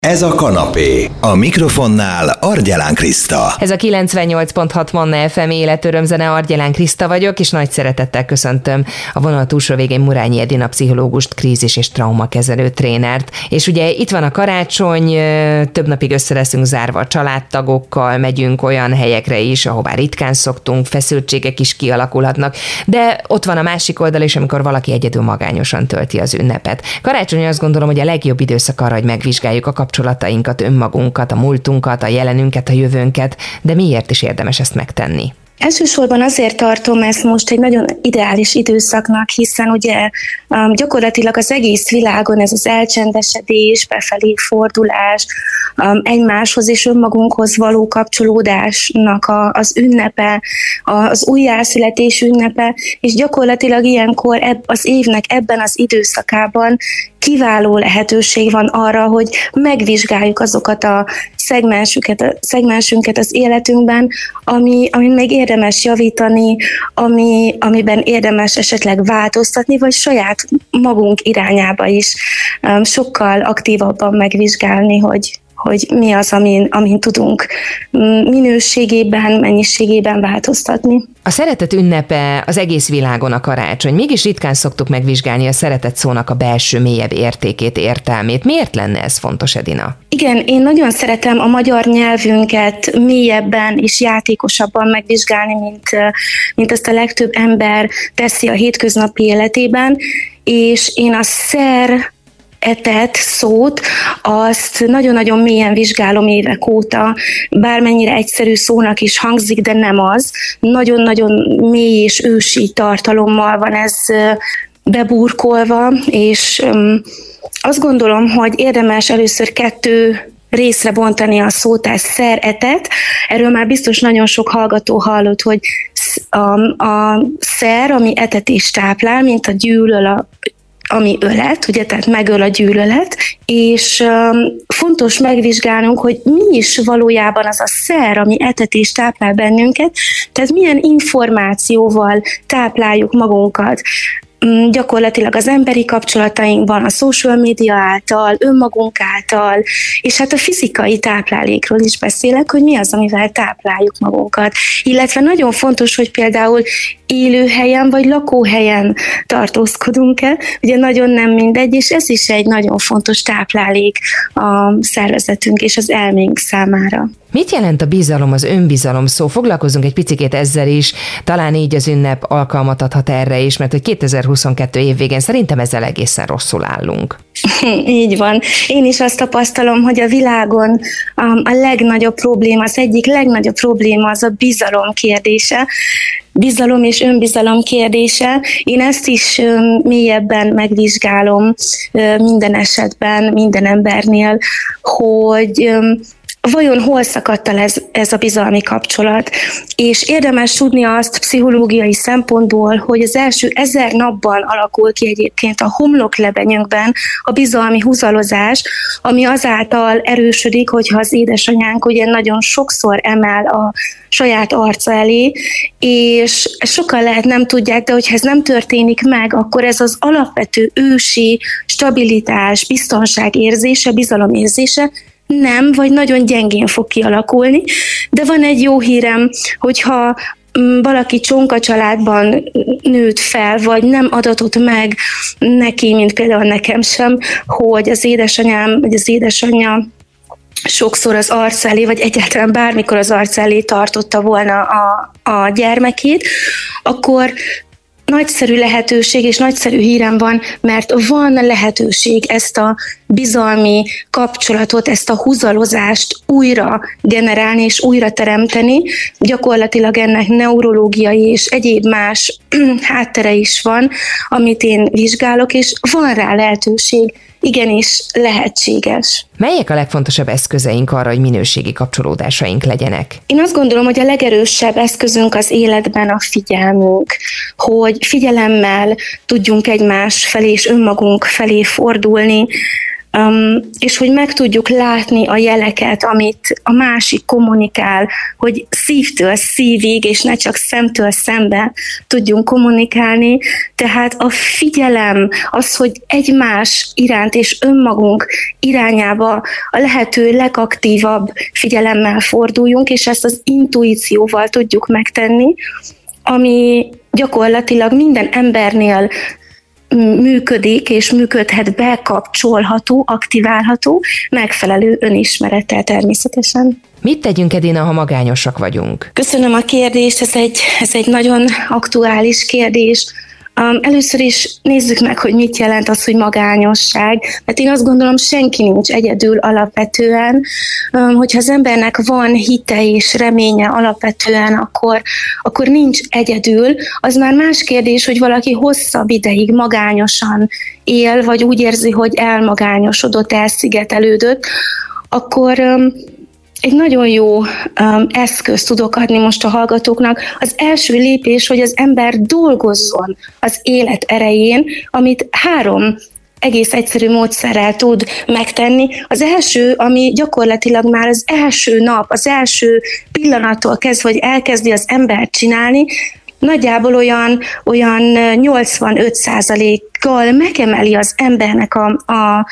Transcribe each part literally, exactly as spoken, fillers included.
Ez a kanapé. A mikrofonnál Argyelán Kriszta. Ez a kilencvennyolc pont hat Manna ef em életörömzene, Argyelán Kriszta vagyok, és nagy szeretettel köszöntöm a vonal túlsó végén Murányi Edina pszichológust, krízis- és traumakezelő trénert. És ugye itt van a karácsony, több napig össze leszünk zárva a családtagokkal, megyünk olyan helyekre is, ahová ritkán szoktunk, feszültségek is kialakulhatnak, de ott van a másik oldal is, amikor valaki egyedül magányosan tölti az ünnepet. Karácsony, azt gondolom, hogy a legjobb időszak arra, hogy megvizsgáljuk a kapcsolatainkat, önmagunkat, a múltunkat, a jelenünket, a jövőnket, de miért is érdemes ezt megtenni? Elsősorban azért tartom ezt most egy nagyon ideális időszaknak, hiszen ugye um, gyakorlatilag az egész világon ez az elcsendesedés, befelé fordulás, um, egymáshoz és önmagunkhoz való kapcsolódásnak a, az ünnepe, az újjászületés ünnepe, és gyakorlatilag ilyenkor eb, az évnek ebben az időszakában kiváló lehetőség van arra, hogy megvizsgáljuk azokat a szegmensünket, szegmensünket az életünkben, ami, ami még érdemes javítani, ami, amiben érdemes esetleg változtatni, vagy saját magunk irányába is um, sokkal aktívabban megvizsgálni, hogy hogy mi az, amin, amin tudunk minőségében, mennyiségében változtatni. A szeretet ünnepe az egész világon a karácsony. Mégis ritkán szoktuk megvizsgálni a szeretet szónak a belső, mélyebb értékét, értelmét. Miért lenne ez fontos, Edina? Igen, én nagyon szeretem a magyar nyelvünket mélyebben és játékosabban megvizsgálni, mint, mint azt a legtöbb ember teszi a hétköznapi életében, és én a szer etet szót, azt nagyon-nagyon mélyen vizsgálom évek óta, bármennyire egyszerű szónak is hangzik, de nem az. Nagyon-nagyon mély és ősi tartalommal van ez beburkolva, és azt gondolom, hogy érdemes először kettő részre bontani a szótás szeretet. Erről már biztos nagyon sok hallgató hallott, hogy a, a szer, ami etetést táplál, mint a gyűlöl, a ami ölet, ugye, tehát megöl a gyűlölet, és um, fontos megvizsgálnunk, hogy mi is valójában az a szer, ami etetést táplál bennünket, tehát milyen információval tápláljuk magunkat, um, gyakorlatilag az emberi kapcsolatainkban, a social media által, önmagunk által, és hát a fizikai táplálékról is beszélek, hogy mi az, amivel tápláljuk magunkat. Illetve nagyon fontos, hogy például élőhelyen vagy lakóhelyen tartózkodunk-e, ugye nagyon nem mindegy, és ez is egy nagyon fontos táplálék a szervezetünk és az elménk számára. Mit jelent a bizalom, az önbizalom szó? Foglalkozunk egy picikét ezzel is, talán így az ünnep alkalmat adhat erre is, mert hogy kétezer-huszonkettő év végén szerintem ezzel egészen rosszul állunk. Így van. Én is azt tapasztalom, hogy a világon a legnagyobb probléma, az egyik legnagyobb probléma az a bizalom kérdése, bizalom és önbizalom kérdése. Én ezt is mélyebben megvizsgálom minden esetben, minden embernél, hogy vajon hol szakadt el ez, ez a bizalmi kapcsolat. És érdemes tudni azt pszichológiai szempontból, hogy az első ezer napban alakul ki egyébként a homloklebenyünkben a bizalmi húzalozás, ami azáltal erősödik, hogyha az édesanyánk ugye nagyon sokszor emel a saját arca elé, és sokan lehet nem tudják, de hogyha ez nem történik meg, akkor ez az alapvető ősi stabilitás, biztonság érzése, bizalom érzése nem, vagy nagyon gyengén fog kialakulni, de van egy jó hírem, hogyha valaki csonka családban nőtt fel, vagy nem adatott meg neki, mint például nekem sem, hogy az édesanyám, vagy az édesanyja sokszor az arc elé, vagy egyáltalán bármikor az arc elé tartotta volna a, a gyermekét, akkor nagyszerű lehetőség és nagyszerű hírem van, mert van lehetőség ezt a bizalmi kapcsolatot, ezt a húzalozást újra generálni és újra teremteni. Gyakorlatilag ennek neurológiai és egyéb más háttere is van, amit én vizsgálok, és van rá lehetőség. Igenis lehetséges. Melyek a legfontosabb eszközeink arra, hogy minőségi kapcsolódásaink legyenek? Én azt gondolom, hogy a legerősebb eszközünk az életben a figyelmünk, hogy figyelemmel tudjunk egymás felé és önmagunk felé fordulni, Um, és hogy meg tudjuk látni a jeleket, amit a másik kommunikál, hogy szívtől szívig, és ne csak szemtől szembe tudjunk kommunikálni. Tehát a figyelem, az, hogy egymás iránt és önmagunk irányába a lehető legaktívabb figyelemmel forduljunk, és ezt az intuícióval tudjuk megtenni, ami gyakorlatilag minden embernél működik és működhet, bekapcsolható, aktiválható, megfelelő önismerettel természetesen. Mit tegyünk, Edina, ha magányosak vagyunk? Köszönöm a kérdést, ez egy, ez egy nagyon aktuális kérdés. Um, először is nézzük meg, hogy mit jelent az, hogy magányosság. Mert én azt gondolom, senki nincs egyedül alapvetően. Um, hogyha az embernek van hite és reménye alapvetően, akkor, akkor nincs egyedül. Az már más kérdés, hogy valaki hosszabb ideig magányosan él, vagy úgy érzi, hogy elmagányosodott, elszigetelődött, akkor um, egy nagyon jó um, eszközt tudok adni most a hallgatóknak. Az első lépés, hogy az ember dolgozzon az élet erején, amit három egész egyszerű módszerrel tud megtenni. Az első, ami gyakorlatilag már az első nap, az első pillanattól kezdve, hogy elkezdi az ember csinálni, nagyjából olyan, olyan nyolcvanöt százalékkal megemeli az embernek a, a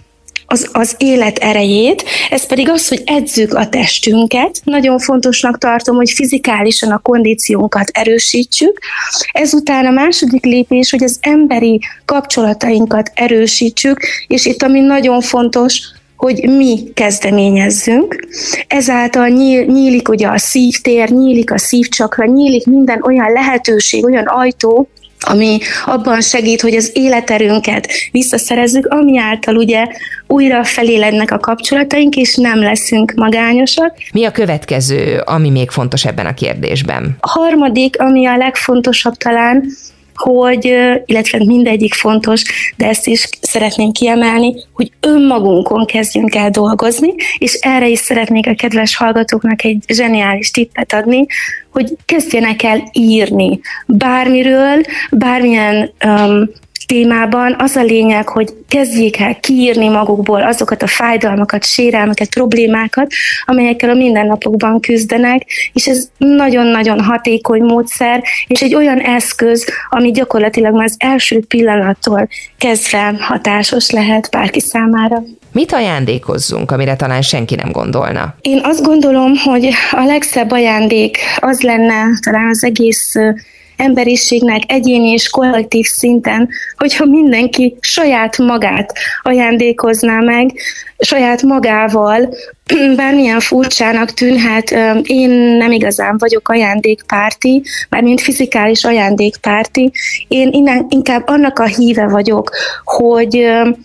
Az, az élet erejét, ez pedig az, hogy edzük a testünket. Nagyon fontosnak tartom, hogy fizikálisan a kondíciónkat erősítsük. Ezután a második lépés, hogy az emberi kapcsolatainkat erősítsük, és itt ami nagyon fontos, hogy mi kezdeményezzünk. Ezáltal nyíl, nyílik ugye a szívtér, nyílik a szívcsakra, nyílik minden olyan lehetőség, olyan ajtó, ami abban segít, hogy az életerőnket visszaszerezzük, ami által ugye újra felélednek a kapcsolataink, és nem leszünk magányosak. Mi a következő, ami még fontos ebben a kérdésben? A harmadik, ami a legfontosabb talán, hogy, illetve mindegyik fontos, de ezt is szeretném kiemelni, hogy önmagunkon kezdjünk el dolgozni, és erre is szeretnék a kedves hallgatóknak egy zseniális tippet adni, hogy kezdjenek el írni bármiről, bármilyen um, témában. Az a lényeg, hogy kezdjék el kiírni magukból azokat a fájdalmakat, sérelmeket, problémákat, amelyekkel a mindennapokban küzdenek, és ez nagyon-nagyon hatékony módszer, és egy olyan eszköz, ami gyakorlatilag már az első pillanattól kezdve hatásos lehet bárki számára. Mit ajándékozzunk, amire talán senki nem gondolna? Én azt gondolom, hogy a legszebb ajándék az lenne talán az egész emberiségnek egyéni és kollektív szinten, hogyha mindenki saját magát ajándékozná meg, saját magával, bármilyen furcsának tűnhet, én nem igazán vagyok ajándékpárti, mármint fizikális ajándékpárti, én innen, inkább annak a híve vagyok, hogy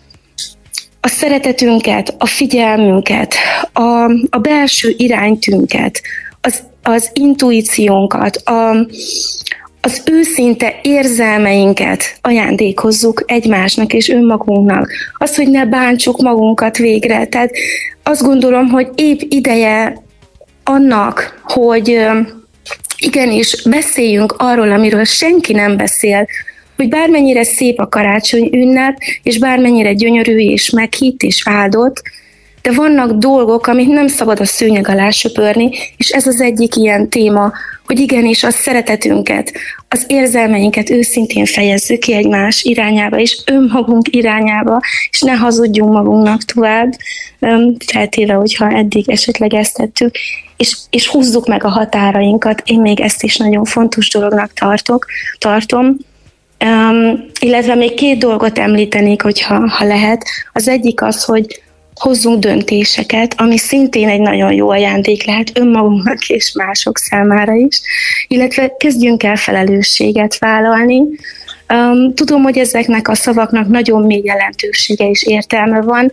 a szeretetünket, a figyelmünket, a, a belső iránytünket, az, az intuíciónkat, a, az őszinte érzelmeinket ajándékozzuk egymásnak és önmagunknak. Az, hogy ne bántsuk magunkat végre. Tehát azt gondolom, hogy épp ideje annak, hogy igenis beszéljünk arról, amiről senki nem beszél, hogy bármennyire szép a karácsony ünnep, és bármennyire gyönyörű és meghitt és áldott, de vannak dolgok, amit nem szabad a szőnyeg alá söpörni, és ez az egyik ilyen téma, hogy igenis a szeretetünket, az érzelmeinket őszintén fejezzük ki egymás irányába, és önmagunk irányába, és ne hazudjunk magunknak tovább, feltéve, hogyha eddig esetleg ezt tettük, és, és húzzuk meg a határainkat. Én még ezt is nagyon fontos dolognak tartok, tartom. Um, illetve még két dolgot említenék, hogyha ha lehet. Az egyik az, hogy hozzunk döntéseket, ami szintén egy nagyon jó ajándék lehet önmagunknak és mások számára is, illetve kezdjünk el felelősséget vállalni. Um, tudom, hogy ezeknek a szavaknak nagyon mély jelentősége és értelme van,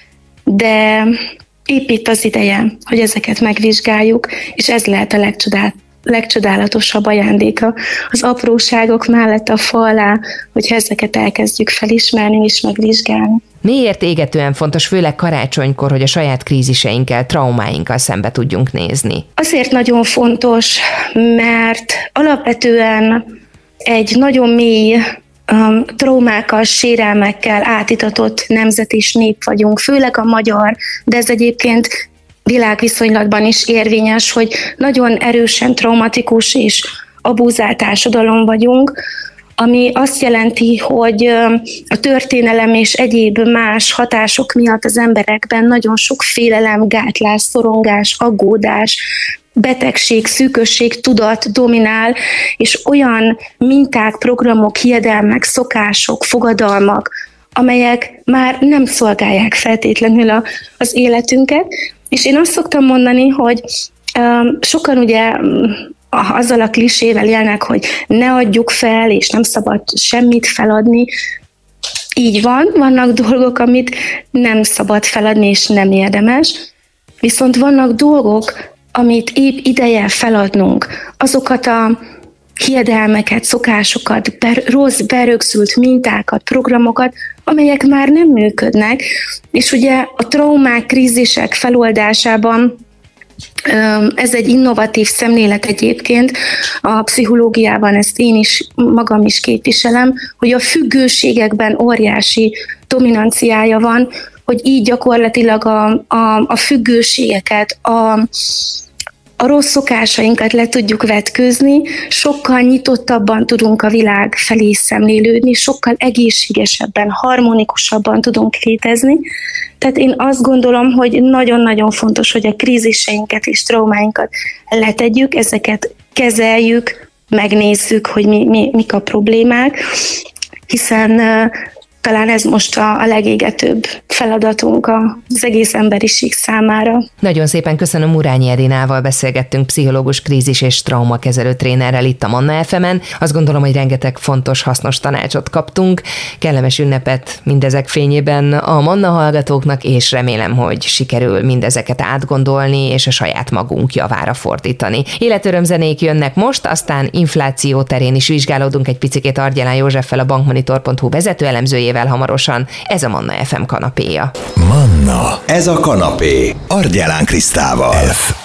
de épp itt az ideje, hogy ezeket megvizsgáljuk, és ez lehet a legcsodál, legcsodálatosabb ajándéka az apróságok mellett a fa alá, hogyha ezeket elkezdjük felismerni és megvizsgálni. Miért égetően fontos, főleg karácsonykor, hogy a saját kríziseinkkel, traumáinkkal szembe tudjunk nézni? Azért nagyon fontos, mert alapvetően egy nagyon mély um, traumákkal, sérelmekkel átitatott nemzet és nép vagyunk, főleg a magyar, de ez egyébként világviszonylatban is érvényes, hogy nagyon erősen traumatikus és abuzált társadalom vagyunk, ami azt jelenti, hogy a történelem és egyéb más hatások miatt az emberekben nagyon sok félelem, gátlás, szorongás, aggódás, betegség, szűkösség, tudat dominál, és olyan minták, programok, hiedelmek, szokások, fogadalmak, amelyek már nem szolgálják feltétlenül a, az életünket. És én azt szoktam mondani, hogy um, sokan ugye azzal a klisével élnek, hogy ne adjuk fel, és nem szabad semmit feladni. Így van, vannak dolgok, amit nem szabad feladni, és nem érdemes, viszont vannak dolgok, amit épp ideje feladnunk. Azokat a hiedelmeket, szokásokat, ber, rossz, berögzült mintákat, programokat, amelyek már nem működnek, és ugye a traumák, krízisek feloldásában ez egy innovatív szemlélet egyébként, a pszichológiában ezt én is magam is képviselem, hogy a függőségekben óriási dominanciája van, hogy így gyakorlatilag a, a, a függőségeket, a, a rossz szokásainkat le tudjuk vetkőzni, sokkal nyitottabban tudunk a világ felé szemlélődni, sokkal egészségesebben, harmonikusabban tudunk létezni. Tehát én azt gondolom, hogy nagyon-nagyon fontos, hogy a kríziseinket és traumáinkat letegyük, ezeket kezeljük, megnézzük, hogy mi, mi, mik a problémák, hiszen uh, talán ez most a, a legégetőbb feladatunk az egész emberiség számára. Nagyon szépen köszönöm, Murányi Edinával beszélgettünk, pszichológus, krízis és traumakezelő trénerrel itt a Manna ef emen. Azt gondolom, hogy rengeteg fontos, hasznos tanácsot kaptunk. Kellemes ünnepet mindezek fényében a Manna hallgatóknak, és remélem, hogy sikerül mindezeket átgondolni, és a saját magunk javára fordítani. Életörömzenék jönnek most, aztán infláció terén is vizsgálódunk egy picikét Argyelán Józseffel, a bankmonitor pont hu vezető elemzőjével hamarosan. Ez a Manna ef em kanapéja. Manna, ez a kanapé, Argyelán Krisztával. F